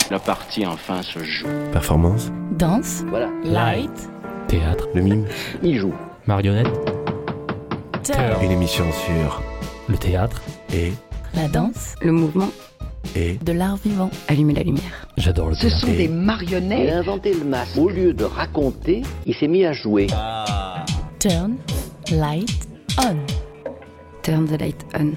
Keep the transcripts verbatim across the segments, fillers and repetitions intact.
La partie enfin se joue. Performance. Danse. Voilà. Light. Théâtre. Le mime. Il joue. Marionnette. Turn. Une émission sur Le théâtre. et La danse. Le mouvement. et De l'art vivant. Allumer la lumière. J'adore le Ce théâtre. sont Et- des Il marionnettes. a inventé le masque. Au lieu de raconter, il s'est mis à jouer. Turn. Light. On. Turn the light on.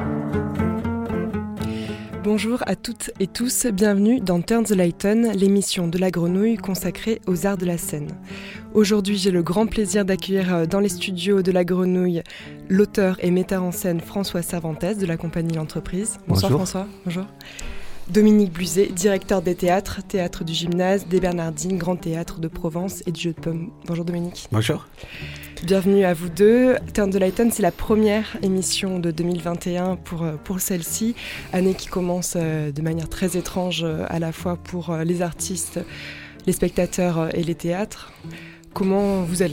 Bonjour à toutes et tous, bienvenue dans Turn the Light On, l'émission de la grenouille consacrée aux arts de la scène. Aujourd'hui, j'ai le grand plaisir d'accueillir dans les studios de la grenouille l'auteur et metteur en scène François Cervantes de la compagnie L'Entreprise. Bonsoir Bonjour. François. Bonjour. Dominique Bluzet, directeur des théâtres, théâtre du Gymnase, des Bernardines, Grand Théâtre de Provence et du Jeu de Paume. Bonjour Dominique. Bonjour. Bienvenue à vous deux. Turn the Light On, c'est la première émission de deux mille vingt et un pour, pour celle-ci. Année qui commence de manière très étrange à la fois pour les artistes, les spectateurs et les théâtres. Comment vous allez ?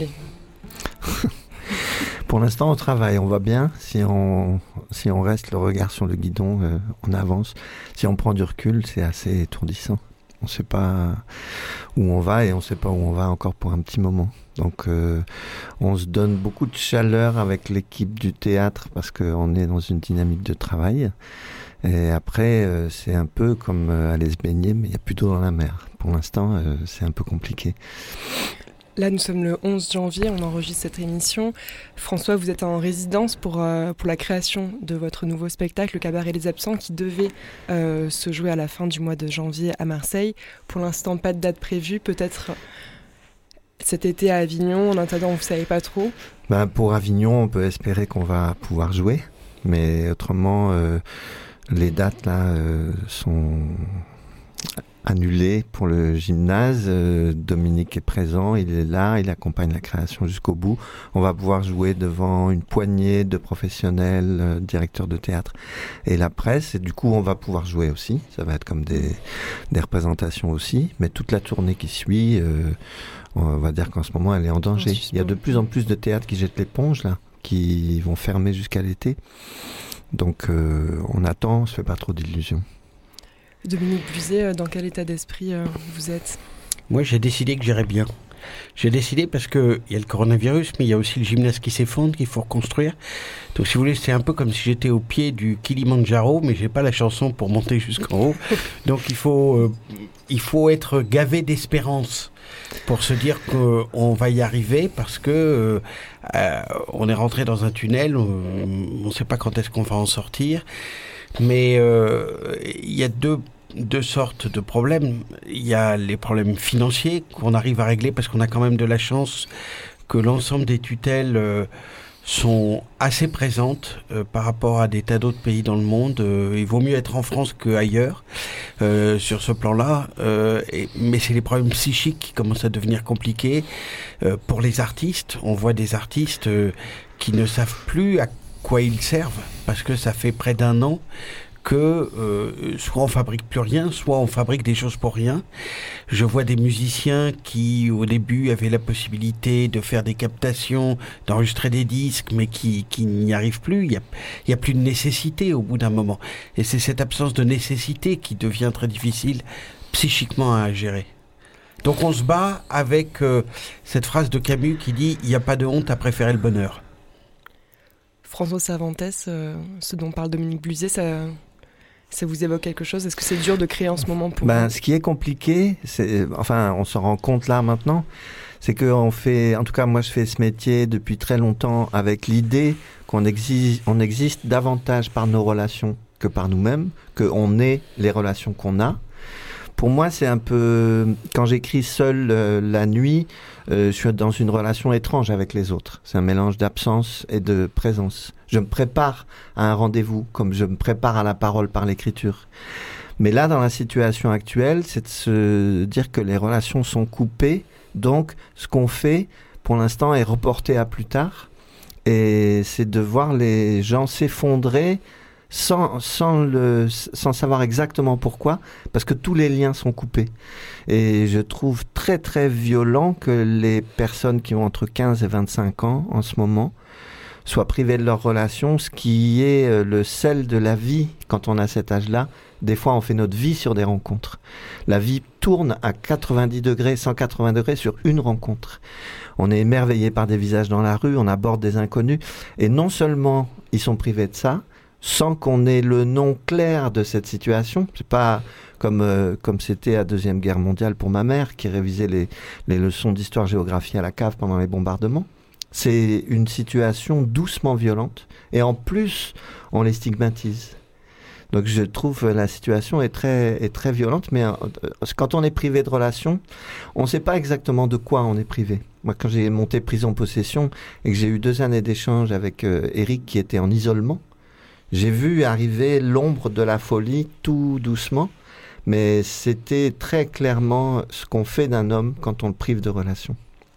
Pour l'instant, on travaille, on va bien. Si on, si on reste le regard sur le guidon, euh, on avance. Si on prend du recul, c'est assez étourdissant. On ne sait pas où on va et on ne sait pas où on va encore pour un petit moment. Donc, euh, on se donne beaucoup de chaleur avec l'équipe du théâtre parce qu'on est dans une dynamique de travail. Et après, euh, c'est un peu comme euh, aller se baigner, mais il n'y a plus d'eau dans la mer. Pour l'instant, euh, c'est un peu compliqué. Là, nous sommes le onze janvier, on enregistre cette émission. François, vous êtes en résidence pour, euh, pour la création de votre nouveau spectacle, Le Cabaret des Absents, qui devait euh, se jouer à la fin du mois de janvier à Marseille. Pour l'instant, pas de date prévue, peut-être cet été à Avignon. En attendant, vous ne savez pas trop. Ben, pour Avignon, on peut espérer qu'on va pouvoir jouer, mais autrement, euh, les dates là euh, sont annulées pour le gymnase. Euh, Dominique est présent, il est là, il accompagne la création jusqu'au bout. On va pouvoir jouer devant une poignée de professionnels, euh, directeurs de théâtre et la presse, et du coup on va pouvoir jouer aussi. Ça va être comme des, des représentations aussi, mais toute la tournée qui suit, euh, on va dire qu'en ce moment elle est en danger. Il y a de plus en plus de théâtres qui jettent l'éponge là, qui vont fermer jusqu'à l'été. Donc euh, on attend, on se fait pas trop d'illusions. Dominique Bluzet, dans quel état d'esprit euh, vous êtes ? Moi, j'ai décidé que j'irais bien. J'ai décidé parce qu'il y a le coronavirus, mais il y a aussi le gymnase qui s'effondre, qu'il faut reconstruire. Donc, si vous voulez, c'est un peu comme si j'étais au pied du Kilimandjaro, mais j'ai pas la chanson pour monter jusqu'en haut. Donc, il faut, euh, il faut être gavé d'espérance pour se dire qu'on va y arriver, parce que euh, euh, on est rentré dans un tunnel, on ne sait pas quand est-ce qu'on va en sortir. Mais euh, il y a deux, deux sortes de problèmes. Il y a les problèmes financiers qu'on arrive à régler parce qu'on a quand même de la chance que l'ensemble des tutelles euh, sont assez présentes euh, par rapport à des tas d'autres pays dans le monde. Euh, il vaut mieux être en France qu'ailleurs euh, sur ce plan-là. Euh, et, mais c'est les problèmes psychiques qui commencent à devenir compliqués. Euh, pour les artistes, on voit des artistes euh, qui ne savent plus à quoi ils servent, parce que ça fait près d'un an que euh, soit on fabrique plus rien, soit on fabrique des choses pour rien. Je vois des musiciens qui au début avaient la possibilité de faire des captations, d'enregistrer des disques, mais qui, qui n'y arrivent plus. Il y a, il y a plus de nécessité au bout d'un moment. Et c'est cette absence de nécessité qui devient très difficile psychiquement à gérer. Donc on se bat avec euh, cette phrase de Camus qui dit « Il n'y a pas de honte à préférer le bonheur ». François Cervantes, euh, ce dont parle Dominique Bluzet, ça, ça vous évoque quelque chose ? Est-ce que c'est dur de créer en ce moment pour Ben, vous ? ce qui est compliqué, c'est, enfin, on s'en rend compte là maintenant, c'est que on fait, en tout cas, moi, je fais ce métier depuis très longtemps avec l'idée qu'on existe, on existe davantage par nos relations que par nous-mêmes, qu'on est les relations qu'on a. Pour moi, c'est un peu... Quand j'écris seul euh, la nuit, euh, je suis dans une relation étrange avec les autres. C'est un mélange d'absence et de présence. Je me prépare à un rendez-vous, comme je me prépare à la parole par l'écriture. Mais là, dans la situation actuelle, c'est de se dire que les relations sont coupées. Donc, ce qu'on fait, pour l'instant, est reporté à plus tard. Et c'est de voir les gens s'effondrer Sans, sans, le, sans savoir exactement pourquoi, parce que tous les liens sont coupés. Et je trouve très très violent que les personnes qui ont entre quinze et vingt-cinq ans en ce moment soient privés de leur relation, ce qui est le sel de la vie quand on a cet âge-là. Des fois, on fait notre vie sur des rencontres. La vie tourne à quatre-vingt-dix degrés, cent quatre-vingts degrés sur une rencontre. On est émerveillé par des visages dans la rue, on aborde des inconnus. Et non seulement ils sont privés de ça, sans qu'on ait le nom clair de cette situation. C'est pas comme, euh, comme c'était à Deuxième Guerre mondiale pour ma mère, qui révisait les, les leçons d'histoire-géographie à la cave pendant les bombardements. C'est une situation doucement violente. Et en plus, on les stigmatise. Donc je trouve la situation est très, est très violente, mais euh, quand on est privé de relations, on ne sait pas exactement de quoi on est privé. Moi, quand j'ai monté Prison Possession et que j'ai eu deux années d'échange avec euh, Eric qui était en isolement, j'ai vu arriver l'ombre de la folie tout doucement, mais c'était très clairement ce qu'on fait d'un homme quand on le prive de relations.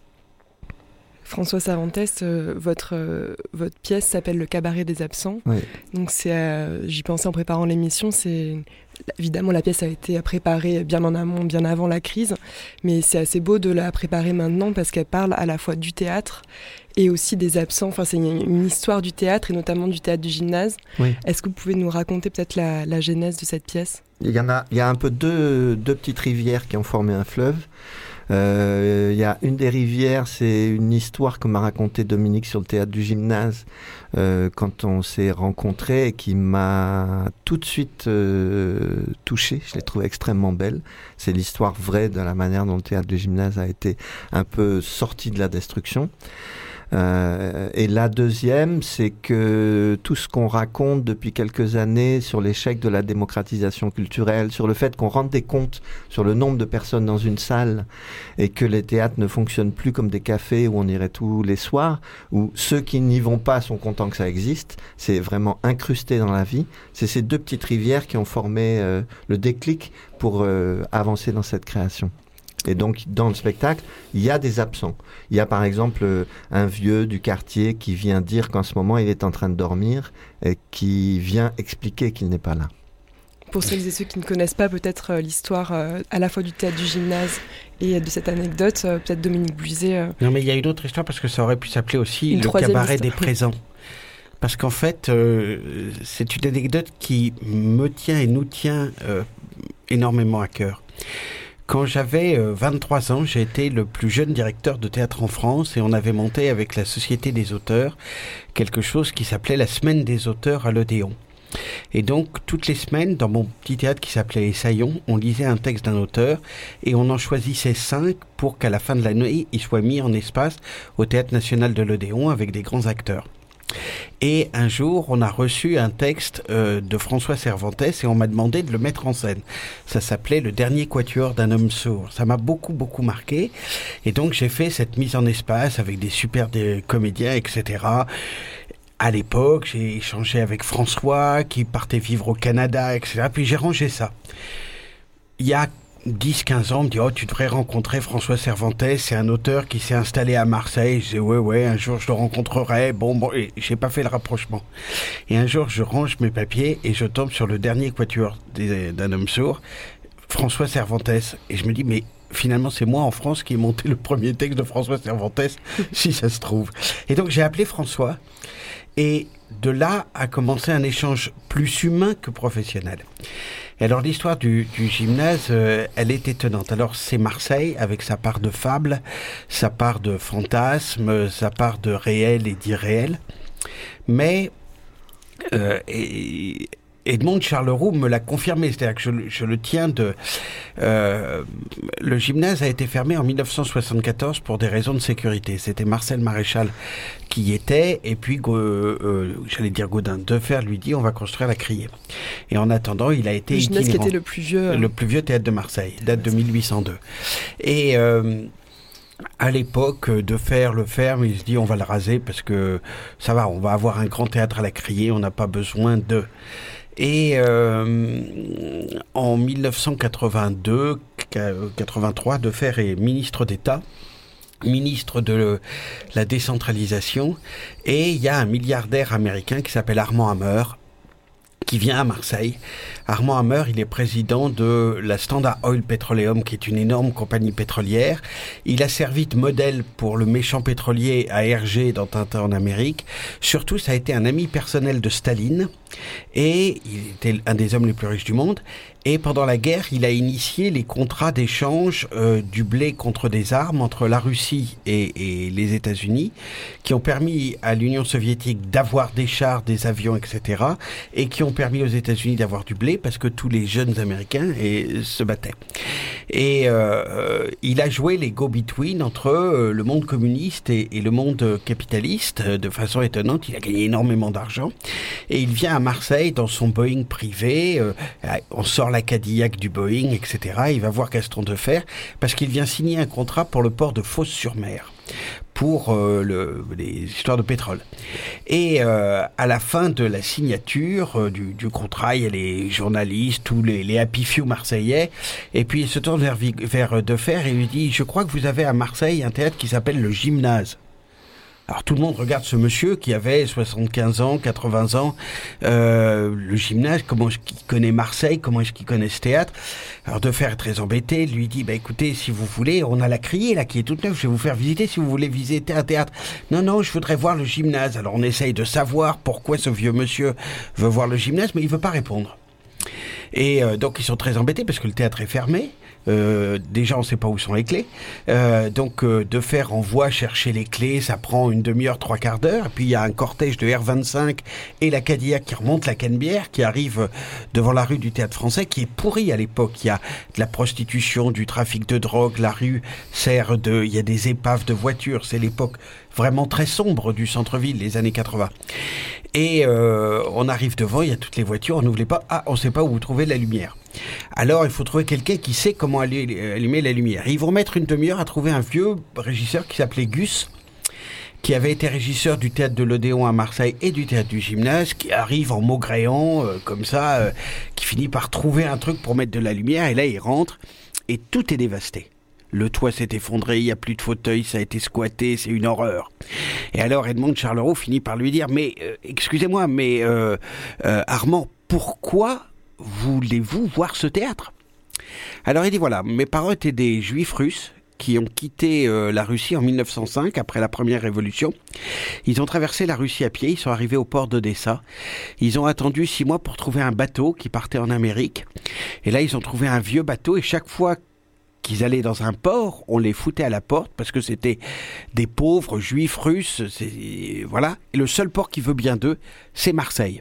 François Cervantes, euh, votre, euh, votre pièce s'appelle Le Cabaret des Absents. Oui. Donc c'est, euh, j'y pensais en préparant l'émission, c'est, évidemment la pièce a été préparée bien en amont, bien avant la crise, mais c'est assez beau de la préparer maintenant parce qu'elle parle à la fois du théâtre et aussi des absents. Enfin, c'est une, une histoire du théâtre et notamment du théâtre du gymnase. Oui. Est-ce que vous pouvez nous raconter peut-être la, la genèse de cette pièce ? Il y en a, il y a un peu deux, deux petites rivières qui ont formé un fleuve. Euh, il y a une des rivières, c'est une histoire que m'a racontée Dominique sur le théâtre du gymnase euh, quand on s'est rencontrés et qui m'a tout de suite euh, touché. Je l'ai trouvée extrêmement belle. C'est l'histoire vraie de la manière dont le théâtre du gymnase a été un peu sorti de la destruction. Euh, et la deuxième, c'est que tout ce qu'on raconte depuis quelques années sur l'échec de la démocratisation culturelle, sur le fait qu'on rende des comptes sur le nombre de personnes dans une salle et que les théâtres ne fonctionnent plus comme des cafés où on irait tous les soirs, où ceux qui n'y vont pas sont contents que ça existe, c'est vraiment incrusté dans la vie. C'est ces deux petites rivières qui ont formé euh, le déclic pour euh, avancer dans cette création. Et donc, dans le spectacle, il y a des absents. Il y a par exemple un vieux du quartier qui vient dire qu'en ce moment, il est en train de dormir et qui vient expliquer qu'il n'est pas là. Pour celles et ceux qui ne connaissent pas peut-être euh, l'histoire euh, à la fois du théâtre du gymnase et de cette anecdote, euh, peut-être Dominique Buizet... Euh... Non, mais il y a une autre histoire parce que ça aurait pu s'appeler aussi une le cabaret histoire. Des présents. Parce qu'en fait, euh, c'est une anecdote qui me tient et nous tient euh, énormément à cœur. Quand j'avais euh, vingt-trois ans, j'ai été le plus jeune directeur de théâtre en France et on avait monté avec la Société des auteurs quelque chose qui s'appelait la Semaine des auteurs à l'Odéon. Et donc, toutes les semaines, dans mon petit théâtre qui s'appelait Essaillons, on lisait un texte d'un auteur et on en choisissait cinq pour qu'à la fin de l'année, il soit mis en espace au Théâtre National de l'Odéon avec des grands acteurs. Et un jour, on a reçu un texte euh, de François Cervantes et on m'a demandé de le mettre en scène. Ça s'appelait « Le dernier quatuor d'un homme sourd ». Ça m'a beaucoup, beaucoup marqué. Et donc, j'ai fait cette mise en espace avec des super des comédiens, et cetera. À l'époque, j'ai échangé avec François qui partait vivre au Canada, et cetera. Puis j'ai rangé ça. Il y a dix quinze ans, on me dit « Oh, tu devrais rencontrer François Cervantes, c'est un auteur qui s'est installé à Marseille. » Je dis « Ouais, ouais, un jour je le rencontrerai. » Bon, bon, et j'ai pas fait le rapprochement. Et un jour, je range mes papiers et je tombe sur le dernier quatuor d'un homme sourd, François Cervantes. Et je me dis « Mais finalement, c'est moi en France qui ai monté le premier texte de François Cervantes, si ça se trouve. » Et donc, j'ai appelé François. Et de là a commencé un échange plus humain que professionnel. Et alors l'histoire du, du gymnase, euh, elle est étonnante. Alors c'est Marseille avec sa part de fable, sa part de fantasme, sa part de réel et d'irréel. Mais euh, et, Edmond Charleroux me l'a confirmé, c'est-à-dire que je, je le tiens de... Euh, le gymnase a été fermé en dix-neuf cent soixante-quatorze pour des raisons de sécurité. C'était Marcel Maréchal qui y était, et puis, euh, euh, j'allais dire Gaudin Defer lui dit on va construire la Criée. Et en attendant, il a été itinérant. Le gymnase qui était le plus vieux... Le plus vieux théâtre de Marseille, date de mille huit cent deux. Et... Euh, à l'époque, de faire le ferme, il se dit on va le raser parce que ça va, on va avoir un grand théâtre à la Criée, on n'a pas besoin de... Et euh, en dix-neuf cent quatre-vingt-deux quatre-vingt-trois, Defer est ministre d'État, ministre de la décentralisation, et il y a un milliardaire américain qui s'appelle Armand Hammer, qui vient à Marseille. Armand Hammer, il est président de la Standard Oil Petroleum, qui est une énorme compagnie pétrolière. Il a servi de modèle pour le méchant pétrolier à Hergé dans Tintin en Amérique. Surtout, ça a été un ami personnel de Staline et il était un des hommes les plus riches du monde. Et pendant la guerre, il a initié les contrats d'échange euh, du blé contre des armes entre la Russie et, et les États-Unis, qui ont permis à l'Union soviétique d'avoir des chars, des avions, et cetera, et qui ont permis aux États-Unis d'avoir du blé parce que tous les jeunes Américains et, se battaient. Et euh, il a joué les go-between entre euh, le monde communiste et, et le monde capitaliste euh, de façon étonnante. Il a gagné énormément d'argent et il vient à Marseille dans son Boeing privé. Euh, on sort la Cadillac du Boeing, et cetera. Il va voir Gaston Defferre parce qu'il vient signer un contrat pour le port de Fos-sur-Mer pour euh, le, les histoires de pétrole. Et euh, à la fin de la signature euh, du, du contrat, il y a les journalistes, tous les, les happy few marseillais, et puis il se tourne vers, vers Defferre et lui dit « Je crois que vous avez à Marseille un théâtre qui s'appelle le Gymnase ». Alors tout le monde regarde ce monsieur qui avait soixante-quinze ans, quatre-vingts ans, euh, le Gymnase, comment est-ce qu'il connaît Marseille, comment est-ce qu'il connaît ce théâtre. Alors Defferre est très embêté, lui dit bah écoutez, si vous voulez, on a la Criée là qui est toute neuve, je vais vous faire visiter si vous voulez visiter un théâtre. Non non, je voudrais voir le Gymnase. Alors on essaye de savoir pourquoi ce vieux monsieur veut voir le Gymnase, mais il veut pas répondre. Et euh, donc ils sont très embêtés parce que le théâtre est fermé. Euh, déjà on ne sait pas où sont les clés, euh, donc euh, Defferre envoie chercher les clés, ça prend une demi-heure, trois quarts d'heure, et puis il y a un cortège de R vingt-cinq et la Cadillac qui remonte la Canebière, qui arrive devant la rue du Théâtre Français, qui est pourrie à l'époque. Il y a de la prostitution, du trafic de drogue, la rue sert de, il y a des épaves de voitures, c'est l'époque vraiment très sombre du centre-ville, les années quatre-vingts. Et euh, on arrive devant, il y a toutes les voitures, on n'ouvre les pas, ah, on ne sait pas où vous trouvez la lumière. Alors il faut trouver quelqu'un qui sait comment allumer la lumière. Et ils vont mettre une demi-heure à trouver un vieux régisseur qui s'appelait Gus, qui avait été régisseur du théâtre de l'Odéon à Marseille et du théâtre du Gymnase, qui arrive en maugréant, euh, comme ça, euh, qui finit par trouver un truc pour mettre de la lumière, et là il rentre, et tout est dévasté. Le toit s'est effondré, il n'y a plus de fauteuil, ça a été squatté, c'est une horreur. Et alors Edmond Charleroi finit par lui dire « Mais, euh, excusez-moi, mais euh, euh, Armand, pourquoi voulez-vous voir ce théâtre ?» Alors il dit « Voilà, mes parents étaient des juifs russes qui ont quitté euh, la Russie en mille neuf cent cinq, après la première révolution. Ils ont traversé la Russie à pied, ils sont arrivés au port d'Odessa. Ils ont attendu six mois pour trouver un bateau qui partait en Amérique. Et là, ils ont trouvé un vieux bateau, et chaque fois qu'ils allaient dans un port, on les foutait à la porte parce que c'était des pauvres juifs russes, c'est, voilà. Et le seul port qui veut bien d'eux, c'est Marseille.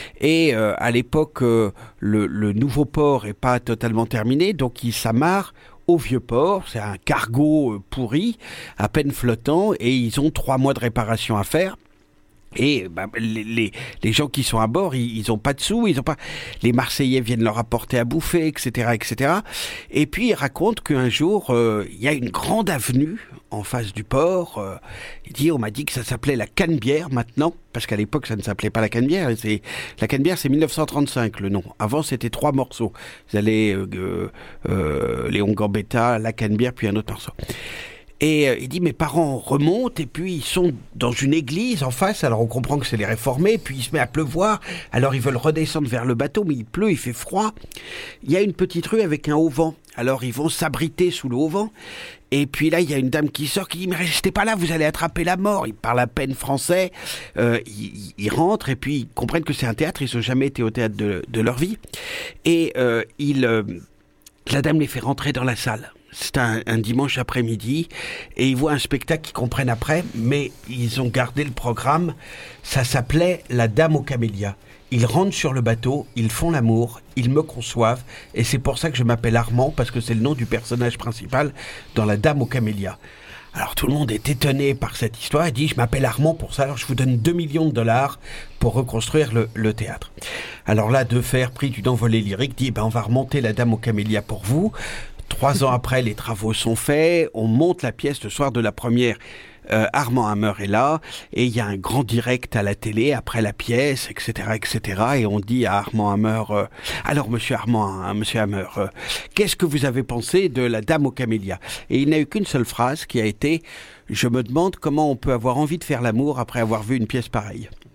Et euh, à l'époque, euh, le, le nouveau port est pas totalement terminé, donc ils s'amarrent au vieux port. C'est un cargo euh, pourri, à peine flottant, et ils ont trois mois de réparation à faire. Et bah, les, les, les gens qui sont à bord, ils, ils ont pas de sous, ils ont pas. Les Marseillais viennent leur apporter à bouffer, et cetera, et cetera. Et puis ils racontent qu'un jour, euh, il y a une grande avenue en face du port. Euh, il dit, on m'a dit que ça s'appelait la Canebière maintenant, parce qu'à l'époque ça ne s'appelait pas la Canebière. C'est la Canebière, c'est mille neuf cent trente-cinq le nom. Avant c'était trois morceaux. Vous allez euh, euh, Léon Gambetta, la Canebière, puis un autre morceau. Et euh, il dit, mes parents remontent, et puis ils sont dans une église en face, alors on comprend que c'est les réformés, puis il se met à pleuvoir, alors ils veulent redescendre vers le bateau, mais il pleut, il fait froid. Il y a une petite rue avec un auvent, alors ils vont s'abriter sous le auvent, et puis là il y a une dame qui sort, qui dit, mais restez pas là, vous allez attraper la mort. Ils parlent à peine français, euh, ils, ils rentrent, et puis ils comprennent que c'est un théâtre, ils n'ont jamais été au théâtre de, de leur vie, et euh, ils, euh, la dame les fait rentrer dans la salle. C'est un, un dimanche après-midi, et ils voient un spectacle qu'ils comprennent après, mais ils ont gardé le programme. Ça s'appelait La Dame aux Camélias. Ils rentrent sur le bateau, ils font l'amour, ils me conçoivent, et c'est pour ça que je m'appelle Armand, parce que c'est le nom du personnage principal dans La Dame aux Camélias. Alors tout le monde est étonné par cette histoire, et dit, je m'appelle Armand pour ça, alors je vous donne deux millions de dollars pour reconstruire le, le théâtre. Alors là, Defferre, pris d'une envolée lyrique, dit, ben, on va remonter La Dame aux Camélias pour vous. Trois ans après, les travaux sont faits, on monte la pièce le soir de la première. Euh, Armand Hammer est là, et il y a un grand direct à la télé après la pièce, et cetera, et cetera. Et on dit à Armand Hammer, euh, alors Monsieur Armand, hein, Monsieur Hammer, euh, qu'est-ce que vous avez pensé de La Dame aux Camélias ? Et il n'a eu qu'une seule phrase qui a été, je me demande comment on peut avoir envie de faire l'amour après avoir vu une pièce pareille.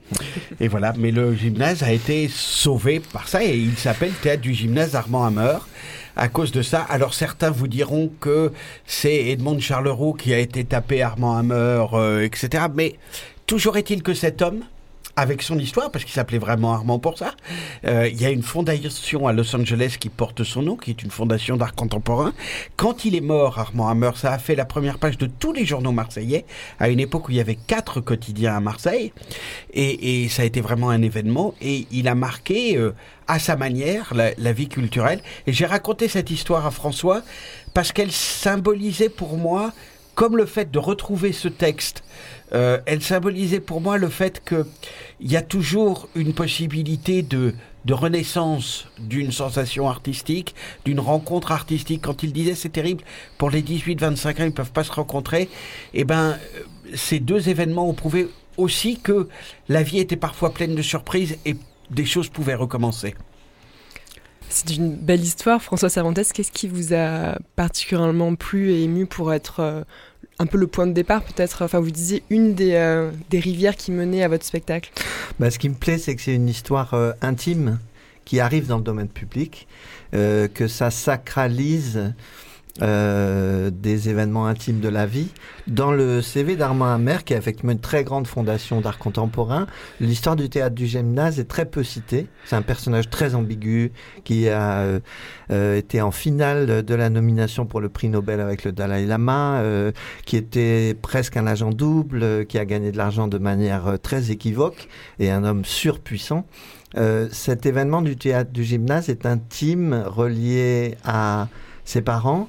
Et voilà, mais le gymnase a été sauvé par ça et il s'appelle Théâtre du Gymnase Armand Hammer. À cause de ça, alors certains vous diront que c'est Edmond de Charleroux qui a été tapé Armand Hammer, euh, et cetera. Mais toujours est-il que cet homme, avec son histoire, parce qu'il s'appelait vraiment Armand pour ça, euh, il y a une fondation à Los Angeles qui porte son nom, qui est une fondation d'art contemporain. Quand il est mort, Armand Hammer, ça a fait la première page de tous les journaux marseillais, à une époque où il y avait quatre quotidiens à Marseille, et, et ça a été vraiment un événement, et il a marqué, euh, à sa manière, la, la vie culturelle. Et j'ai raconté cette histoire à François, parce qu'elle symbolisait pour moi, comme le fait de retrouver ce texte, euh, elle symbolisait pour moi le fait qu'il y a toujours une possibilité de, de renaissance d'une sensation artistique, d'une rencontre artistique. Quand il disait c'est terrible, pour les dix-huit vingt-cinq ans, ils ne peuvent pas se rencontrer, et ben, ces deux événements ont prouvé aussi que la vie était parfois pleine de surprises et des choses pouvaient recommencer. C'est une belle histoire. François Cervantes, qu'est-ce qui vous a particulièrement plu et ému pour être euh, un peu le point de départ peut-être, enfin vous disiez une des, euh, des rivières qui menait à votre spectacle? Bah, ce qui me plaît, c'est que c'est une histoire euh, intime qui arrive dans le domaine public, euh, que ça sacralise Euh, des événements intimes de la vie. Dans le C V d'Armand Hammer, qui a effectivement une très grande fondation d'art contemporain, l'histoire du théâtre du gymnase est très peu citée. C'est un personnage très ambigu qui a euh, euh, été en finale de la nomination pour le prix Nobel avec le Dalai Lama, euh, qui était presque un agent double, euh, qui a gagné de l'argent de manière euh, très équivoque, et un homme surpuissant. Euh, cet événement du théâtre du gymnase est intime, relié à ses parents,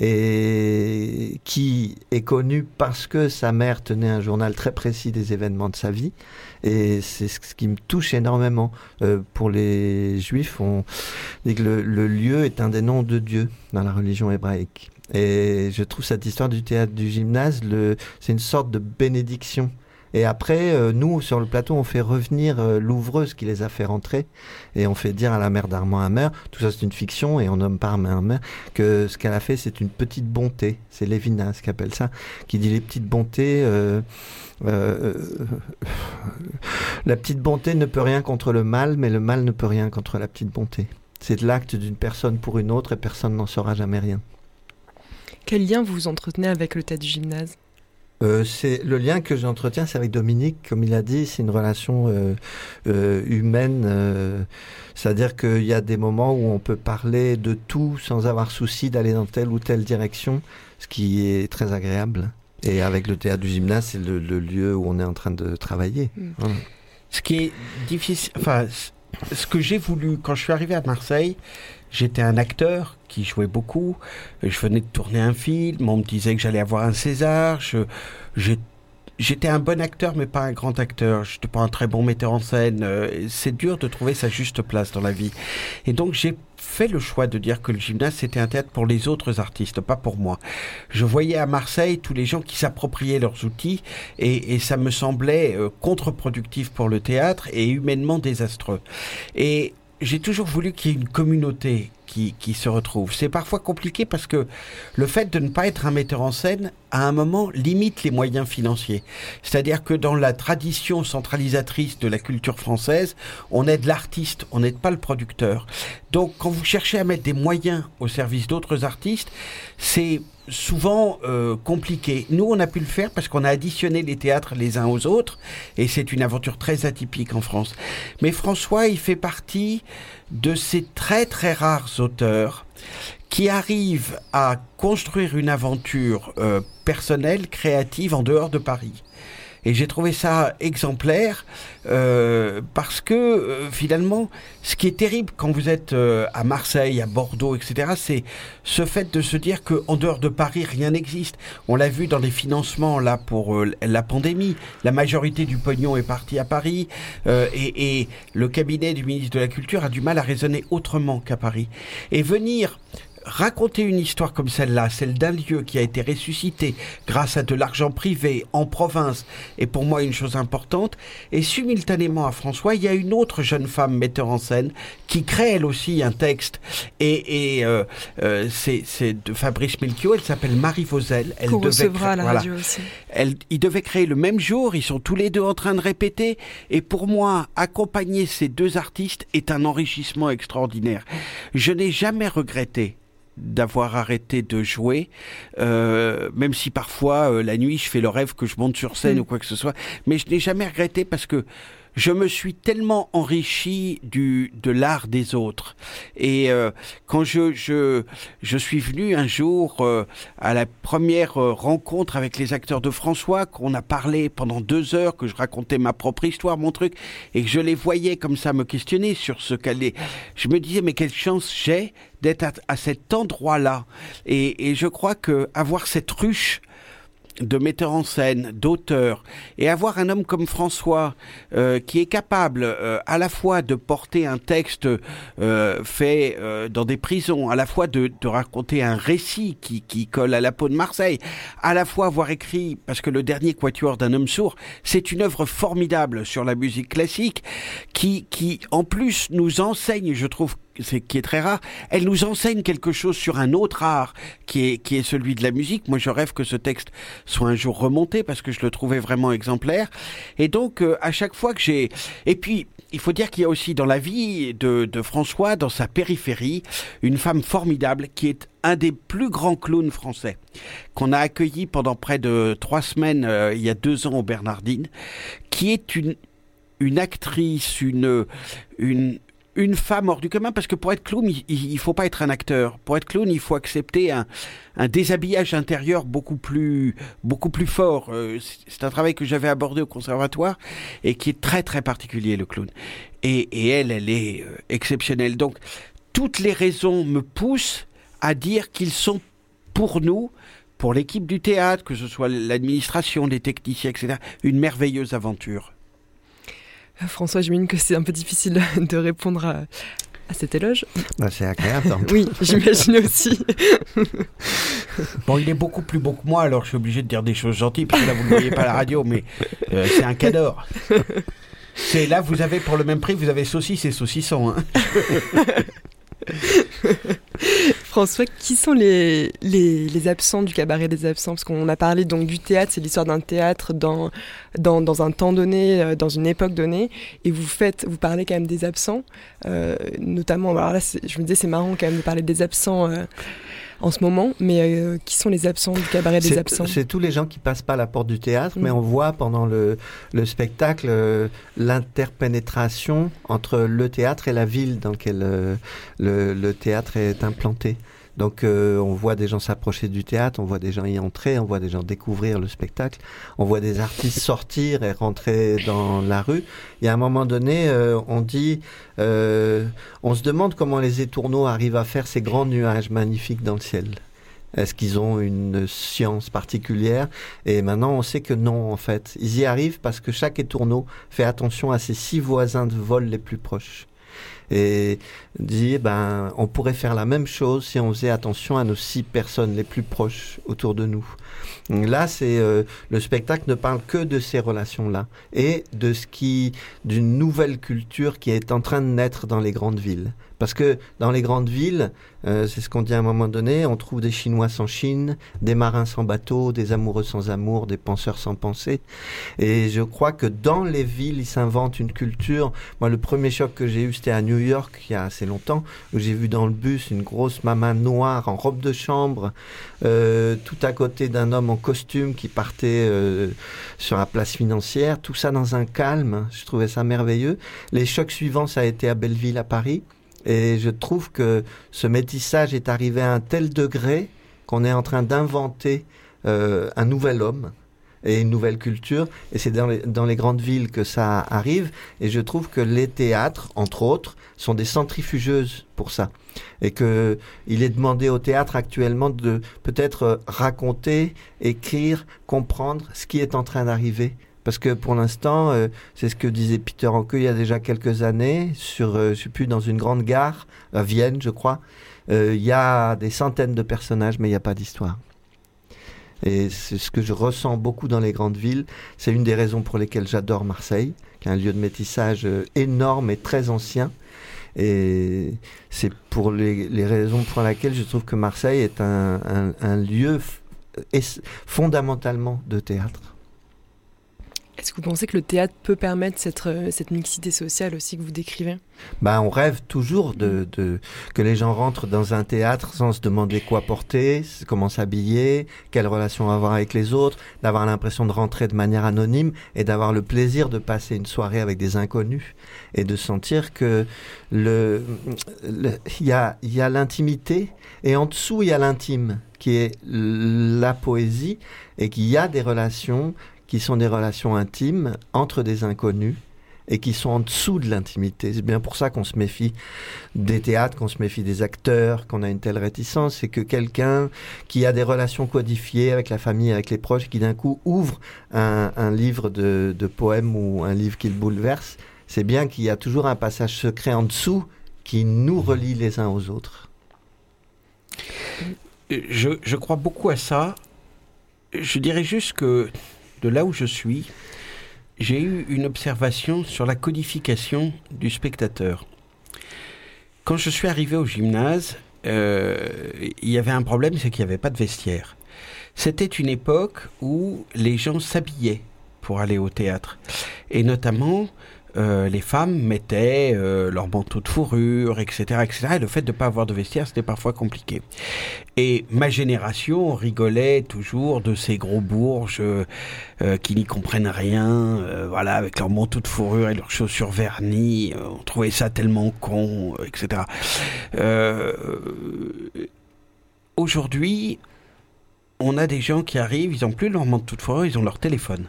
et qui est connu parce que sa mère tenait un journal très précis des événements de sa vie, et c'est ce qui me touche énormément. Euh, pour les juifs, on dit que le, le lieu est un des noms de Dieu dans la religion hébraïque, et je trouve cette histoire du théâtre du gymnase, le, c'est une sorte de bénédiction. Et après, euh, nous, sur le plateau, on fait revenir euh, l'ouvreuse qui les a fait rentrer, et on fait dire à la mère d'Armand Hammer, tout ça c'est une fiction, et on nomme pas Armand Hammer, que ce qu'elle a fait, c'est une petite bonté. C'est Lévinas qui appelle ça, qui dit les petites bontés... Euh, euh, euh, la petite bonté ne peut rien contre le mal, mais le mal ne peut rien contre la petite bonté. C'est l'acte d'une personne pour une autre, et personne n'en saura jamais rien. Quel lien vous entretenez avec le théâtre du gymnase ? Euh, c'est le lien que j'entretiens, c'est avec Dominique, comme il a dit, c'est une relation euh, euh, humaine, euh, c'est-à-dire qu'il y a des moments où on peut parler de tout sans avoir souci d'aller dans telle ou telle direction, ce qui est très agréable. Et avec le théâtre du gymnase, c'est le, le lieu où on est en train de travailler. Mmh. Voilà. Ce qui est difficile, enfin, ce que j'ai voulu quand je suis arrivé à Marseille, j'étais un acteur qui jouait beaucoup. Je venais de tourner un film. On me disait que j'allais avoir un César. Je, j'ai, j'étais un bon acteur, mais pas un grand acteur. Je n'étais pas un très bon metteur en scène. C'est dur de trouver sa juste place dans la vie. Et donc, j'ai fait le choix de dire que le gymnase, c'était un théâtre pour les autres artistes, pas pour moi. Je voyais à Marseille tous les gens qui s'appropriaient leurs outils, et, et ça me semblait euh, contre-productif pour le théâtre et humainement désastreux. Et j'ai toujours voulu qu'il y ait une communauté qui, qui se retrouve. C'est parfois compliqué parce que le fait de ne pas être un metteur en scène, à un moment, limite les moyens financiers. C'est-à-dire que dans la tradition centralisatrice de la culture française, on aide l'artiste, on n'aide pas le producteur. Donc, quand vous cherchez à mettre des moyens au service d'autres artistes, c'est souvent euh, compliqué. Nous, on a pu le faire parce qu'on a additionné les théâtres les uns aux autres, et c'est une aventure très atypique en France. Mais François, il fait partie de ces très très rares auteurs qui arrivent à construire une aventure euh, personnelle, créative en dehors de Paris. Et j'ai trouvé ça exemplaire euh, parce que euh, finalement, ce qui est terrible quand vous êtes euh, à Marseille, à Bordeaux, et cetera, c'est ce fait de se dire qu'en dehors de Paris, rien n'existe. On l'a vu dans les financements là pour euh, la pandémie. La majorité du pognon est parti à Paris euh, et, et le cabinet du ministre de la Culture a du mal à raisonner autrement qu'à Paris. Et venir raconter une histoire comme celle-là, celle d'un lieu qui a été ressuscité grâce à de l'argent privé en province, est pour moi une chose importante. Et simultanément à François, il y a une autre jeune femme metteur en scène qui crée elle aussi un texte. Et, et euh, euh, c'est, c'est de Fabrice Melchior, elle s'appelle Marie Vauzel. Elle Qu'on devait recevra créer, à la voilà. radio aussi. elle, ils devaient créer le même jour, ils sont tous les deux en train de répéter, et pour moi, accompagner ces deux artistes est un enrichissement extraordinaire. Je n'ai jamais regretté d'avoir arrêté de jouer, euh, même si parfois euh, la nuit je fais le rêve que je monte sur scène mmh. ou quoi que ce soit, mais je n'ai jamais regretté parce que je me suis tellement enrichi du, de l'art des autres. Et euh, quand je, je, je suis venu un jour euh, à la première euh, rencontre avec les acteurs de François, qu'on a parlé pendant deux heures, que je racontais ma propre histoire, mon truc, et que je les voyais comme ça me questionner sur ce qu'elle est, je me disais, mais quelle chance j'ai d'être à, à cet endroit-là. Et, et je crois que avoir cette ruche de metteur en scène, d'auteur, et avoir un homme comme François euh, qui est capable euh, à la fois de porter un texte euh, fait euh, dans des prisons, à la fois de, de raconter un récit qui, qui colle à la peau de Marseille, à la fois avoir écrit, parce que le dernier quatuor d'un homme sourd, c'est une œuvre formidable sur la musique classique qui, qui en plus nous enseigne, je trouve, c'est qui est très rare, elle nous enseigne quelque chose sur un autre art qui est qui est celui de la musique. Moi, je rêve que ce texte soit un jour remonté parce que je le trouvais vraiment exemplaire. Et donc, euh, à chaque fois que j'ai... Et puis, il faut dire qu'il y a aussi dans la vie de, de François, dans sa périphérie, une femme formidable qui est un des plus grands clowns français, qu'on a accueilli pendant près de trois semaines, euh, il y a deux ans, aux Bernardines, qui est une, une actrice, une... une une femme hors du commun, parce que pour être clown, il ne faut pas être un acteur. Pour être clown, il faut accepter un, un déshabillage intérieur beaucoup plus, beaucoup plus fort. Euh, c'est un travail que j'avais abordé au conservatoire et qui est très très particulier, le clown. Et, et elle, elle est euh, exceptionnelle. Donc, toutes les raisons me poussent à dire qu'ils sont pour nous, pour l'équipe du théâtre, que ce soit l'administration, les techniciens, et cetera, une merveilleuse aventure. François, j'imagine que c'est un peu difficile de répondre à, à cet éloge. Bah, c'est agréable. Oui, j'imagine aussi. Bon, il est beaucoup plus beau que moi, alors je suis obligé de dire des choses gentilles, parce que là, vous ne voyez pas à la radio, mais euh, c'est un cadeau. C'est là, vous avez, pour le même prix, vous avez saucisse et saucisson. Hein. François, qui sont les, les, les absents du cabaret des absents? Parce qu'on a parlé donc du théâtre, c'est l'histoire d'un théâtre dans, dans, dans un temps donné, dans une époque donnée, et vous faites, vous parlez quand même des absents, euh, notamment, alors là, je me disais c'est marrant quand même de parler des absents euh, en ce moment, mais euh, qui sont les absents du cabaret des c'est, absents? C'est tous les gens qui passent pas la porte du théâtre, mmh. mais on voit pendant le, le spectacle euh, l'interpénétration entre le théâtre et la ville dans laquelle euh, le, le théâtre est implanté. Donc euh, on voit des gens s'approcher du théâtre, on voit des gens y entrer, on voit des gens découvrir le spectacle, on voit des artistes sortir et rentrer dans la rue. Il y a un moment donné, euh, on dit, euh, on se demande comment les étourneaux arrivent à faire ces grands nuages magnifiques dans le ciel. Est-ce qu'ils ont une science particulière? Et maintenant, on sait que non, en fait. Ils y arrivent parce que chaque étourneau fait attention à ses six voisins de vol les plus proches. Et dit, ben, on pourrait faire la même chose si on faisait attention à nos six personnes les plus proches autour de nous. Donc là, c'est euh, le spectacle ne parle que de ces relations-là et de ce qui, d'une nouvelle culture qui est en train de naître dans les grandes villes. Parce que dans les grandes villes, euh, c'est ce qu'on dit à un moment donné, on trouve des Chinois sans Chine, des marins sans bateau, des amoureux sans amour, des penseurs sans pensée. Et je crois que dans les villes, il s'invente une culture. Moi, le premier choc que j'ai eu, c'était à New York, il y a assez longtemps, où j'ai vu dans le bus une grosse maman noire en robe de chambre, euh, tout à côté d'un homme en costume qui partait euh, sur la place financière. Tout ça dans un calme. Je trouvais ça merveilleux. Les chocs suivants, ça a été à Belleville, à Paris. Et je trouve que ce métissage est arrivé à un tel degré qu'on est en train d'inventer euh, un nouvel homme et une nouvelle culture. Et c'est dans les, dans les grandes villes que ça arrive. Et je trouve que les théâtres, entre autres, sont des centrifugeuses pour ça. Et que il est demandé au théâtre actuellement de peut-être raconter, écrire, comprendre ce qui est en train d'arriver. Parce que pour l'instant, euh, c'est ce que disait Peter Hanke il y a déjà quelques années, sur, euh, je sais plus, dans une grande gare, à Vienne, je crois, euh, il y a des centaines de personnages, mais il n'y a pas d'histoire. Et c'est ce que je ressens beaucoup dans les grandes villes. C'est une des raisons pour lesquelles j'adore Marseille, qui est un lieu de métissage euh, énorme et très ancien. Et c'est pour les, les raisons pour lesquelles je trouve que Marseille est un, un, un lieu est fondamentalement de théâtre. Est-ce que vous pensez que le théâtre peut permettre cette, cette mixité sociale aussi que vous décrivez ? Ben, on rêve toujours de, de, que les gens rentrent dans un théâtre sans se demander quoi porter, comment s'habiller, quelle relation avoir avec les autres, d'avoir l'impression de rentrer de manière anonyme et d'avoir le plaisir de passer une soirée avec des inconnus et de sentir que le, le, y a, y a l'intimité et en dessous il y a l'intime qui est la poésie et qu'il y a des relations qui sont des relations intimes entre des inconnus et qui sont en dessous de l'intimité. C'est bien pour ça qu'on se méfie des théâtres, qu'on se méfie des acteurs, qu'on a une telle réticence. C'est que quelqu'un qui a des relations codifiées avec la famille, avec les proches, qui d'un coup ouvre un, un livre de, de poèmes ou un livre qui le bouleverse, c'est bien qu'il y a toujours un passage secret en dessous qui nous relie les uns aux autres. Je, je crois beaucoup à ça. Je dirais juste que de là où je suis, j'ai eu une observation sur la codification du spectateur. Quand je suis arrivé au gymnase, euh, il y avait un problème, c'est qu'il n'y avait pas de vestiaire. C'était une époque où les gens s'habillaient pour aller au théâtre. Et notamment, euh, les femmes mettaient euh, leur manteau de fourrure, et cetera, et cetera. Et le fait de ne pas avoir de vestiaire, c'était parfois compliqué. Et ma génération rigolait toujours de ces gros bourges euh, euh, qui n'y comprennent rien, euh, voilà, avec leur manteau de fourrure et leurs chaussures vernies. Euh, on trouvait ça tellement con, euh, et cetera. Euh, aujourd'hui, on a des gens qui arrivent, ils n'ont plus leur manteau de fourrure, ils ont leur téléphone.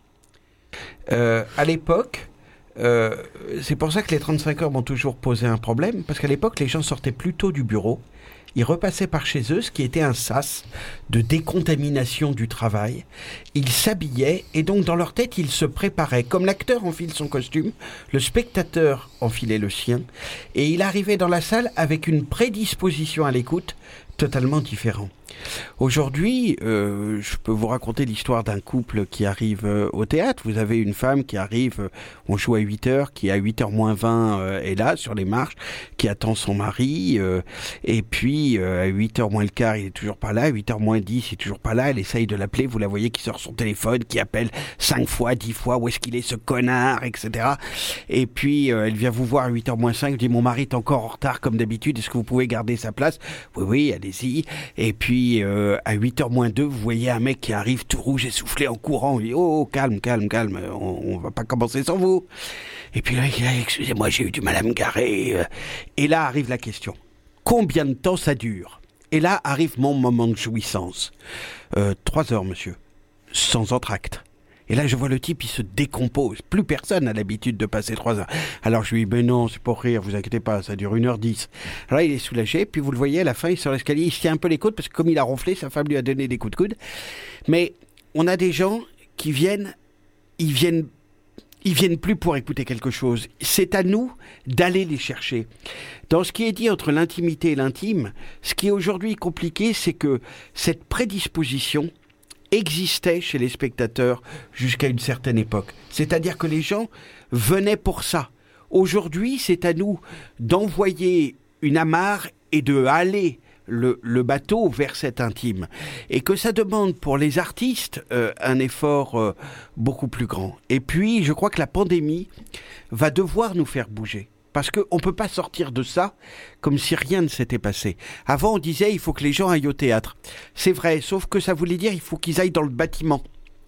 Euh, à l'époque, Euh, c'est pour ça que les trente-cinq heures m'ont toujours posé un problème, parce qu'à l'époque, les gens sortaient plus tôt du bureau, ils repassaient par chez eux, ce qui était un sas de décontamination du travail. Ils s'habillaient, et donc dans leur tête, ils se préparaient. Comme l'acteur enfile son costume, le spectateur enfilait le sien, et il arrivait dans la salle avec une prédisposition à l'écoute totalement différente. Aujourd'hui, euh, je peux vous raconter l'histoire d'un couple qui arrive euh, au théâtre. Vous avez une femme qui arrive, euh, on joue à huit heures, qui à huit heures moins vingt euh, est là, sur les marches, qui attend son mari, euh, et puis euh, à huit heures moins le quart, il est toujours pas là, à huit heures moins dix, il est toujours pas là, elle essaye de l'appeler, vous la voyez qui sort son téléphone, qui appelle cinq fois, dix fois, où est-ce qu'il est ce connard, et cetera. Et puis, euh, elle vient vous voir à huit heures moins cinq, elle dit, mon mari est encore en retard comme d'habitude, est-ce que vous pouvez garder sa place ? Oui, oui, allez-y. Et puis, Euh, à huit heures moins deux, vous voyez un mec qui arrive tout rouge, essoufflé, en courant. Il dit, oh, calme, calme, calme, on, on va pas commencer sans vous. Et puis là, il dit, excusez-moi, j'ai eu du mal à me garer. Et là arrive la question. Combien de temps ça dure ? Et là arrive mon moment de jouissance. Euh, trois heures, monsieur. Sans entracte. Et là, je vois le type, il se décompose. Plus personne n'a l'habitude de passer trois heures. Alors je lui dis, mais non, c'est pour rire, vous inquiétez pas, ça dure une heure dix. Alors là, il est soulagé, puis vous le voyez, à la fin, il est sur l'escalier, il se tient un peu les coudes, parce que comme il a ronflé, sa femme lui a donné des coups de coude. Mais on a des gens qui viennent, ils viennent, ils viennent plus pour écouter quelque chose. C'est à nous d'aller les chercher. Dans ce qui est dit entre l'intimité et l'intime, ce qui est aujourd'hui compliqué, c'est que cette prédisposition existait chez les spectateurs jusqu'à une certaine époque. C'est-à-dire que les gens venaient pour ça. Aujourd'hui, c'est à nous d'envoyer une amarre et de haler le, le bateau vers cet intime. Et que ça demande pour les artistes euh, un effort euh, beaucoup plus grand. Et puis, je crois que la pandémie va devoir nous faire bouger. Parce qu'on ne peut pas sortir de ça comme si rien ne s'était passé. Avant, on disait il faut que les gens aillent au théâtre. C'est vrai, sauf que ça voulait dire il faut qu'ils aillent dans le bâtiment.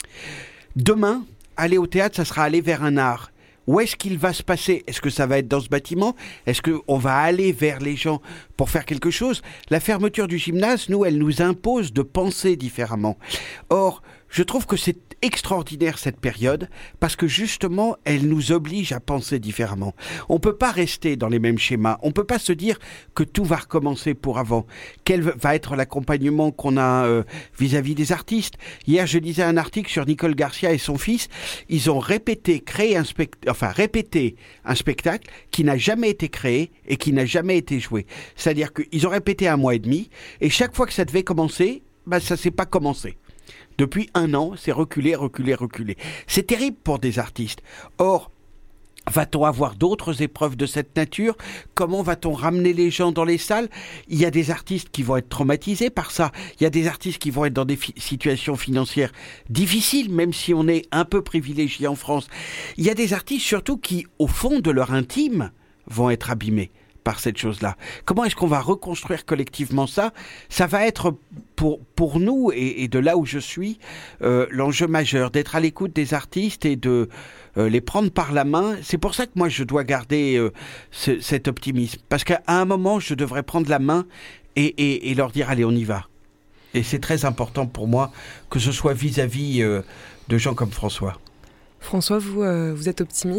Demain, aller au théâtre, ça sera aller vers un art. Où est-ce qu'il va se passer ? Est-ce que ça va être dans ce bâtiment ? Est-ce qu'on va aller vers les gens pour faire quelque chose ? La fermeture du gymnase, nous, elle nous impose de penser différemment. Or, je trouve que c'est extraordinaire cette période parce que justement elle nous oblige à penser différemment. On ne peut pas rester dans les mêmes schémas, on ne peut pas se dire que tout va recommencer pour avant. Quel va être l'accompagnement qu'on a euh, vis-à-vis des artistes ? Hier je lisais un article sur Nicole Garcia et son fils, ils ont répété, créé un spect... enfin répété un spectacle qui n'a jamais été créé et qui n'a jamais été joué. C'est-à-dire qu'ils ont répété un mois et demi et chaque fois que ça devait commencer, ben, ça ne s'est pas commencé. Depuis un an, c'est reculé, reculé, reculé. C'est terrible pour des artistes. Or, Va-t-on avoir d'autres épreuves de cette nature? Comment va-t-on ramener les gens dans les salles? Il y a des artistes qui vont être traumatisés par ça. Il y a des artistes qui vont être dans des fi- situations financières difficiles, même si on est un peu privilégié en France. Il y a des artistes surtout qui, au fond de leur intime, vont être abîmés par cette chose-là. Comment est-ce qu'on va reconstruire collectivement ça? Ça va être pour, pour nous, et, et de là où je suis, euh, l'enjeu majeur, d'être à l'écoute des artistes et de euh, les prendre par la main. C'est pour ça que moi, je dois garder euh, ce, cet optimisme. Parce qu'à un moment, je devrais prendre la main et, et, et leur dire, allez, on y va. Et c'est très important pour moi que ce soit vis-à-vis euh, de gens comme François. François, vous, euh, vous êtes optimiste ?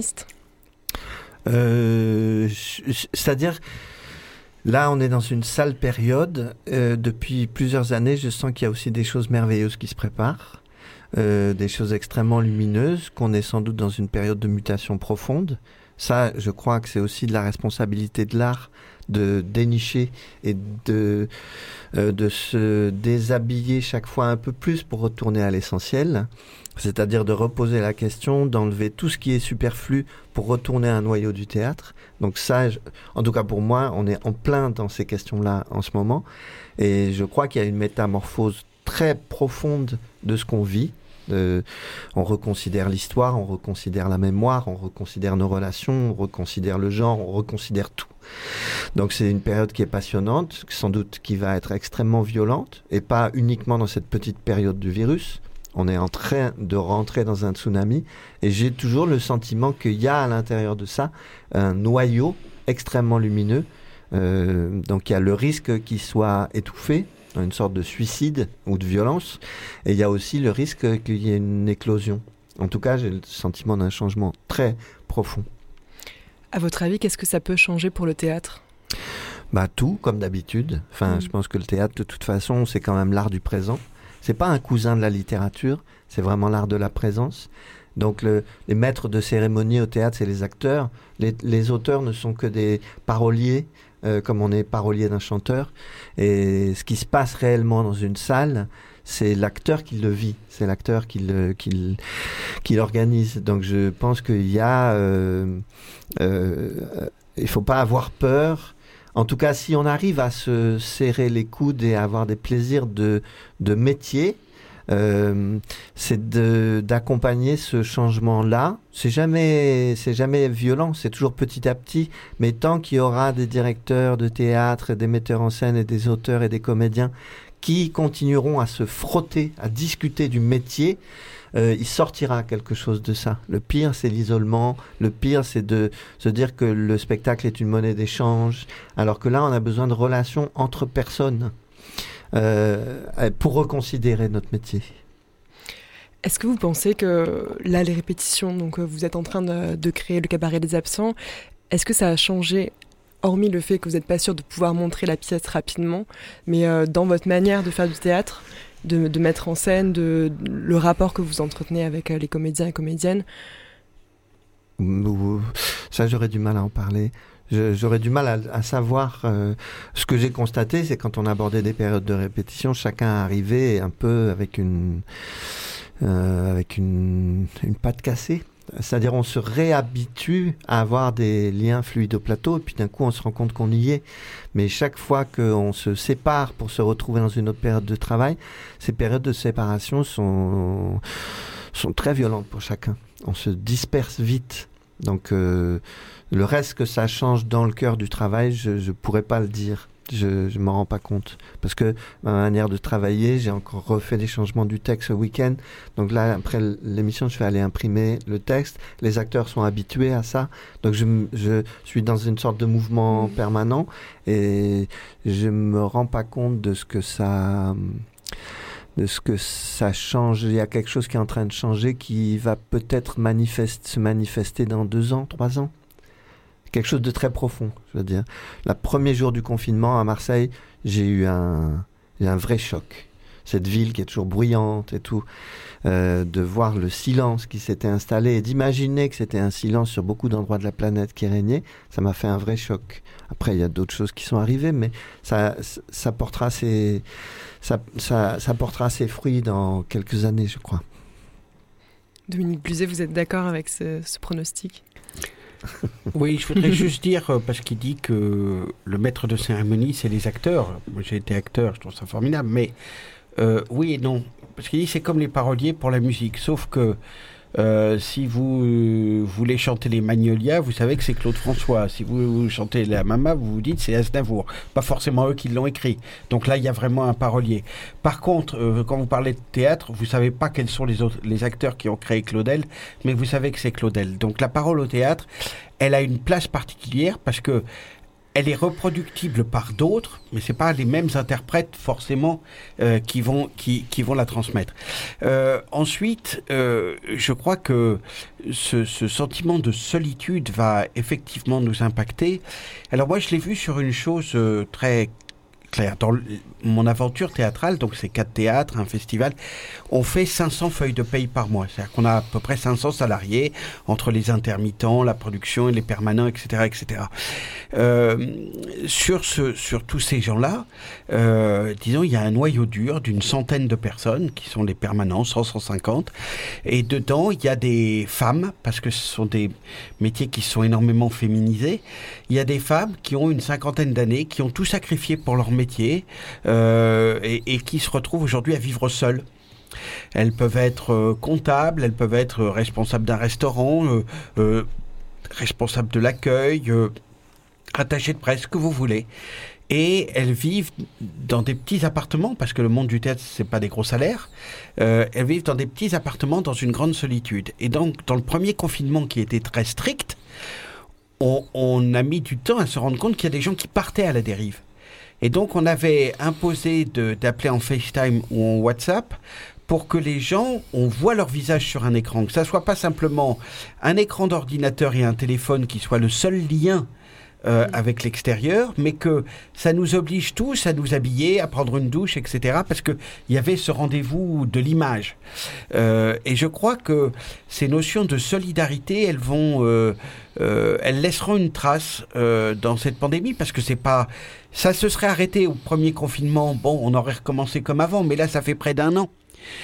Euh, c'est-à-dire, là, on est dans une sale période. Euh, depuis plusieurs années, je sens qu'il y a aussi des choses merveilleuses qui se préparent, euh, des choses extrêmement lumineuses, qu'on est sans doute dans une période de mutation profonde. Ça, je crois que c'est aussi de la responsabilité de l'art de dénicher et de, euh, de se déshabiller chaque fois un peu plus pour retourner à l'essentiel. C'est-à-dire de reposer la question, d'enlever tout ce qui est superflu pour retourner à un noyau du théâtre. Donc ça, je, en tout cas pour moi, on est en plein dans ces questions-là en ce moment. Et je crois qu'il y a une métamorphose très profonde de ce qu'on vit. Euh, on reconsidère l'histoire, on reconsidère la mémoire, on reconsidère nos relations, on reconsidère le genre, on reconsidère tout. Donc c'est une période qui est passionnante, sans doute qui va être extrêmement violente, et pas uniquement dans cette petite période du virus. On est en train de rentrer dans un tsunami et j'ai toujours le sentiment qu'il y a à l'intérieur de ça un noyau extrêmement lumineux. Euh, donc il y a le risque qu'il soit étouffé, une sorte de suicide ou de violence, et il y a aussi le risque qu'il y ait une éclosion. En tout cas, j'ai le sentiment d'un changement très profond. À votre avis, qu'est-ce que ça peut changer pour le théâtre ? Bah tout, comme d'habitude. Enfin, mmh. Je pense que le théâtre, de toute façon, c'est quand même l'art du présent. C'est pas un cousin de la littérature, c'est vraiment l'art de la présence. Donc le, les maîtres de cérémonie au théâtre, c'est les acteurs. Les, les auteurs ne sont que des paroliers, euh, comme on est parolier d'un chanteur. Et ce qui se passe réellement dans une salle, c'est l'acteur qui le vit, c'est l'acteur qui, le, qui, le, qui l'organise. Donc je pense qu'il y a... Euh, euh, il faut pas avoir peur. En tout cas, si on arrive à se serrer les coudes et à avoir des plaisirs de, de métier, euh, c'est de, d'accompagner ce changement-là. C'est jamais, c'est jamais violent, c'est toujours petit à petit. Mais tant qu'il y aura des directeurs de théâtre, des metteurs en scène et des auteurs et des comédiens qui continueront à se frotter, à discuter du métier, Euh, il sortira quelque chose de ça. Le pire, c'est l'isolement. Le pire, c'est de se dire que le spectacle est une monnaie d'échange, alors que là, on a besoin de relations entre personnes euh, pour reconsidérer notre métier. Est-ce que vous pensez que là, les répétitions, donc vous êtes en train de, de créer le cabaret des absents, est-ce que ça a changé, hormis le fait que vous n'êtes pas sûr de pouvoir montrer la pièce rapidement, mais euh, dans votre manière de faire du théâtre, De, de mettre en scène, de, de, le rapport que vous entretenez avec euh, les comédiens et comédiennes? Ça, j'aurais du mal à en parler. Je, j'aurais du mal à, à savoir. Euh, ce que j'ai constaté, c'est quand on abordait des périodes de répétition, chacun arrivait un peu avec une, euh, avec une, une patte cassée. C'est-à-dire on se réhabitue à avoir des liens fluides au plateau et puis d'un coup on se rend compte qu'on y est. Mais chaque fois qu'on se sépare pour se retrouver dans une autre période de travail, ces périodes de séparation sont, sont très violentes pour chacun. On se disperse vite. Donc euh, le reste que ça change dans le cœur du travail, je ne pourrais pas le dire. Je ne m'en rends pas compte. Parce que ma manière de travailler, j'ai encore refait des changements du texte ce week-end. Donc là, après l'émission, je vais aller imprimer le texte. Les acteurs sont habitués à ça. Donc je, je suis dans une sorte de mouvement permanent et je me rends pas compte de ce que ça... de ce que ça change. Il y a quelque chose qui est en train de changer qui va peut-être manifeste, se manifester dans deux ans, trois ans. Quelque chose de très profond, je veux dire. Le premier jour du confinement à Marseille, j'ai eu un, un vrai choc. Cette ville qui est toujours bruyante et tout, euh, de voir le silence qui s'était installé et d'imaginer que c'était un silence sur beaucoup d'endroits de la planète qui régnait, ça m'a fait un vrai choc. Après, il y a d'autres choses qui sont arrivées, mais ça, ça, portera ses, ça, ça, ça portera ses fruits dans quelques années, je crois. Dominique Bluzet, vous êtes d'accord avec ce, ce pronostic ? Oui, je voudrais juste dire, euh, parce qu'il dit que le maître de cérémonie, c'est les acteurs. Moi, j'ai été acteur, je trouve ça formidable. Mais euh, oui et non. Parce qu'il dit c'est comme les paroliers pour la musique. Sauf que euh, si vous euh, voulez chanter les Magnolias, vous savez que c'est Claude François. Si vous, vous chantez la Mama, vous vous dites c'est Aznavour. Pas forcément eux qui l'ont écrit. Donc là, il y a vraiment un parolier. Par contre, euh, quand vous parlez de théâtre, vous savez pas quels sont les, autres, les acteurs qui ont créé Claudel, mais vous savez que c'est Claudel. Donc la parole au théâtre, elle a une place particulière parce que elle est reproductible par d'autres, mais c'est pas les mêmes interprètes forcément euh, qui vont qui, qui vont la transmettre. Euh, ensuite, euh, je crois que ce, ce sentiment de solitude va effectivement nous impacter. Alors moi, je l'ai vu sur une chose euh, très claire. Dans le, mon aventure théâtrale, donc c'est quatre théâtres, un festival, on fait cinq cents feuilles de paye par mois. C'est-à-dire qu'on a à peu près cinq cents salariés entre les intermittents, la production et les permanents, et cetera, et cetera. Euh, sur ce, sur tous ces gens-là, euh, disons, il y a un noyau dur d'une centaine de personnes qui sont les permanents, cent, cent cinquante. Et dedans, il y a des femmes, parce que ce sont des métiers qui sont énormément féminisés. Il y a des femmes qui ont une cinquantaine d'années, qui ont tout sacrifié pour leur métier euh, et, et qui se retrouvent aujourd'hui à vivre seules. Elles peuvent être euh, comptables, elles peuvent être euh, responsables d'un restaurant, euh, euh, responsables de l'accueil, euh, attachées de presse, ce que vous voulez. Et elles vivent dans des petits appartements, parce que le monde du théâtre, c'est pas des gros salaires. Euh, elles vivent dans des petits appartements dans une grande solitude. Et donc, dans le premier confinement qui était très strict, on, on a mis du temps à se rendre compte qu'il y a des gens qui partaient à la dérive. Et donc, on avait imposé de, d'appeler en FaceTime ou en WhatsApp pour que les gens, on voit leur visage sur un écran. Que ça soit pas simplement un écran d'ordinateur et un téléphone qui soit le seul lien euh, avec l'extérieur, mais que ça nous oblige tous à nous habiller, à prendre une douche, et cetera. Parce qu'il y avait ce rendez-vous de l'image. Euh, et je crois que ces notions de solidarité, elles vont... Euh, euh, elles laisseront une trace euh, dans cette pandémie, parce que c'est pas... Ça se serait arrêté au premier confinement, bon, on aurait recommencé comme avant, mais là, ça fait près d'un an.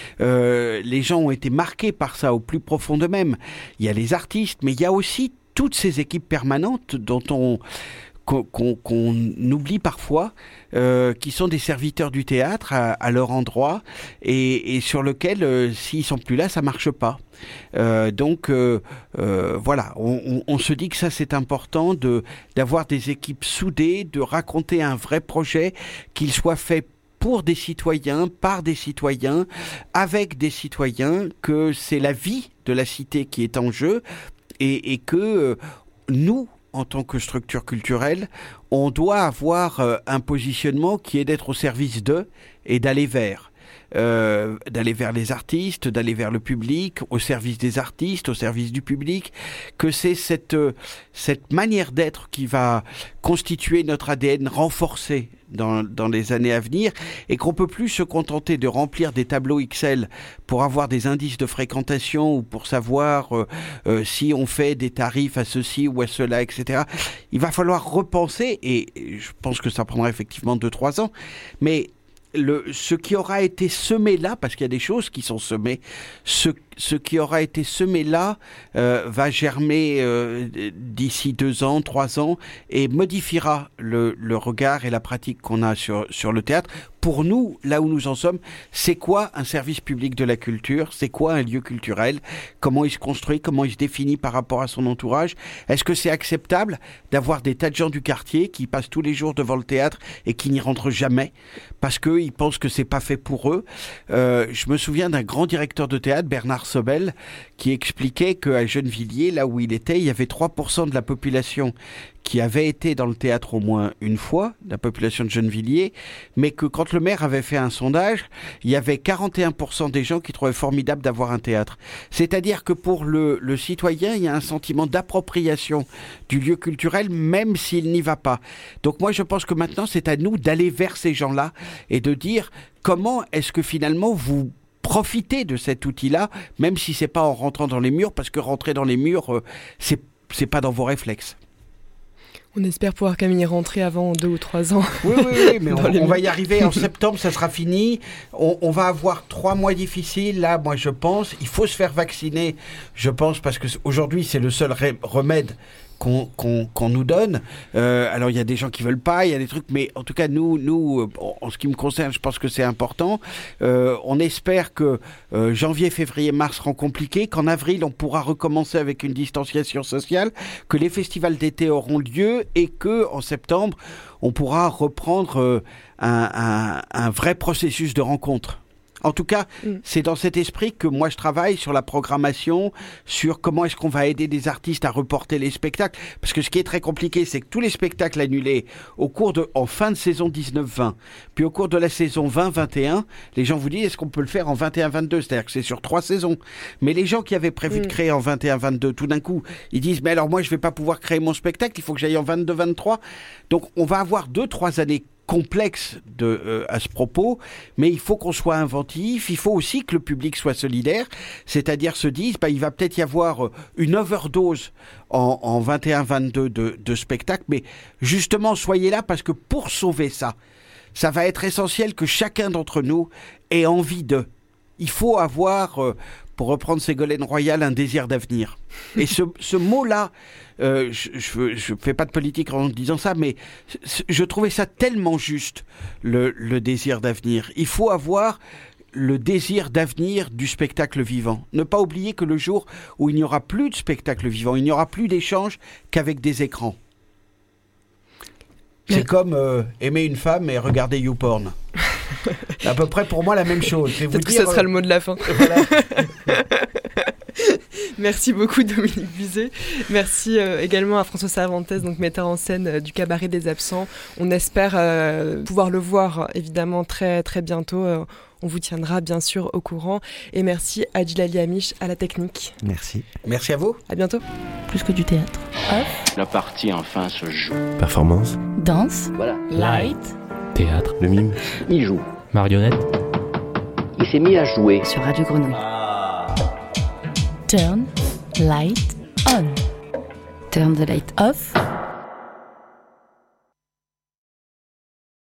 Euh, les gens ont été marqués par ça au plus profond d'eux-mêmes. Il y a les artistes, mais il y a aussi toutes ces équipes permanentes dont on... Qu'on, qu'on, qu'on oublie parfois, euh, qui sont des serviteurs du théâtre à, à leur endroit et, et sur lequel, euh, s'ils sont plus là, ça marche pas. Euh, donc euh, euh, voilà, on, on, on se dit que ça c'est important de d'avoir des équipes soudées, de raconter un vrai projet, qu'il soit fait pour des citoyens, par des citoyens, avec des citoyens, que c'est la vie de la cité qui est en jeu et, et que euh, nous, en tant que structure culturelle, on doit avoir euh, un positionnement qui est d'être au service d'eux et d'aller vers. Euh, d'aller vers les artistes, d'aller vers le public, au service des artistes, au service du public, que c'est cette, euh, cette manière d'être qui va constituer notre A D N renforcé dans, dans les années à venir, et qu'on peut plus se contenter de remplir des tableaux Excel pour avoir des indices de fréquentation ou pour savoir euh, euh, si on fait des tarifs à ceci ou à cela, et cetera. Il va falloir repenser, et je pense que ça prendra effectivement deux trois ans, mais Le, ce qui aura été semé là, parce qu'il y a des choses qui sont semées, ce, ce qui aura été semé là euh, va germer euh, d'ici deux ans, trois ans, et modifiera le, le regard et la pratique qu'on a sur, sur le théâtre. Pour nous, là où nous en sommes, c'est quoi un service public de la culture? C'est quoi un lieu culturel? Comment il se construit? Comment il se définit par rapport à son entourage? Est-ce que c'est acceptable d'avoir des tas de gens du quartier qui passent tous les jours devant le théâtre et qui n'y rentrent jamais parce qu'ils pensent que c'est pas fait pour eux? euh, Je me souviens d'un grand directeur de théâtre, Bernard Sobel, qui expliquait qu'à Gennevilliers, là où il était, il y avait trois pour cent de la population qui avait été dans le théâtre au moins une fois, la population de Gennevilliers, mais que quand le maire avait fait un sondage, il y avait quarante et un pour cent des gens qui trouvaient formidable d'avoir un théâtre. C'est-à-dire que pour le, le citoyen, il y a un sentiment d'appropriation du lieu culturel, même s'il n'y va pas. Donc moi, je pense que maintenant, c'est à nous d'aller vers ces gens-là et de dire comment est-ce que finalement vous profitez de cet outil-là, même si c'est pas en rentrant dans les murs, parce que rentrer dans les murs, euh, c'est, c'est pas dans vos réflexes. On espère pouvoir quand même y rentrer avant deux ou trois ans. Oui, oui, oui, mais on, on va y arriver en septembre, ça sera fini. On, on va avoir trois mois difficiles, là, moi je pense. Il faut se faire vacciner, je pense, parce qu'aujourd'hui c'est le seul ré- remède qu'on, qu'on, qu'on nous donne. Euh, alors il y a des gens qui veulent pas, il y a des trucs, mais en tout cas nous, nous, en, en ce qui me concerne, je pense que c'est important. Euh, on espère que euh, janvier, février, mars seront compliqués, qu'en avril on pourra recommencer avec une distanciation sociale, que les festivals d'été auront lieu et que en septembre on pourra reprendre euh, un, un, un vrai processus de rencontre. En tout cas, mm. c'est dans cet esprit que moi je travaille sur la programmation, sur comment est-ce qu'on va aider des artistes à reporter les spectacles. Parce que ce qui est très compliqué, c'est que tous les spectacles annulés au cours de, en fin de saison dix-neuf vingt, puis au cours de la saison vingt vingt et un, les gens vous disent est-ce qu'on peut le faire en vingt et un vingt-deux, c'est-à-dire que c'est sur trois saisons. Mais les gens qui avaient prévu mm. de créer en vingt et un vingt-deux, tout d'un coup, ils disent mais alors moi je vais pas pouvoir créer mon spectacle, il faut que j'aille en vingt-deux vingt-trois. Donc on va avoir deux, trois années complexe de, euh, à ce propos, mais il faut qu'on soit inventif, il faut aussi que le public soit solidaire, c'est-à-dire se dise, bah, il va peut-être y avoir une overdose en, en vingt et un vingt-deux de, de spectacles, mais justement, soyez là parce que pour sauver ça, ça va être essentiel que chacun d'entre nous ait envie de. Il faut avoir, euh, pour reprendre Ségolène Royal, un désir d'avenir. Et ce, ce mot-là, euh, je ne fais pas de politique en disant ça, mais je trouvais ça tellement juste, le, le désir d'avenir. Il faut avoir le désir d'avenir du spectacle vivant. Ne pas oublier que le jour où il n'y aura plus de spectacle vivant, il n'y aura plus d'échange qu'avec des écrans. C'est mais... comme euh, aimer une femme et regarder YouPorn. C'est à peu près pour moi la même chose. Peut-être vous que dire, ça sera euh... le mot de la fin. Voilà. Merci beaucoup Dominique Buzet. Merci euh, également à François Cervantes, donc metteur en scène euh, du Cabaret des Absents. On espère euh, pouvoir le voir évidemment très très bientôt. Euh, on vous tiendra bien sûr au courant. Et merci à Djilali Amish à la technique. Merci. Merci à vous. À bientôt. Plus que du théâtre. Off. La partie enfin se joue. Performance. Danse. Voilà. Light. Théâtre. Le mime. Il joue. Marionnette. Il s'est mis à jouer. Sur Radio Grenouille. Turn, light, on. Turn the light off.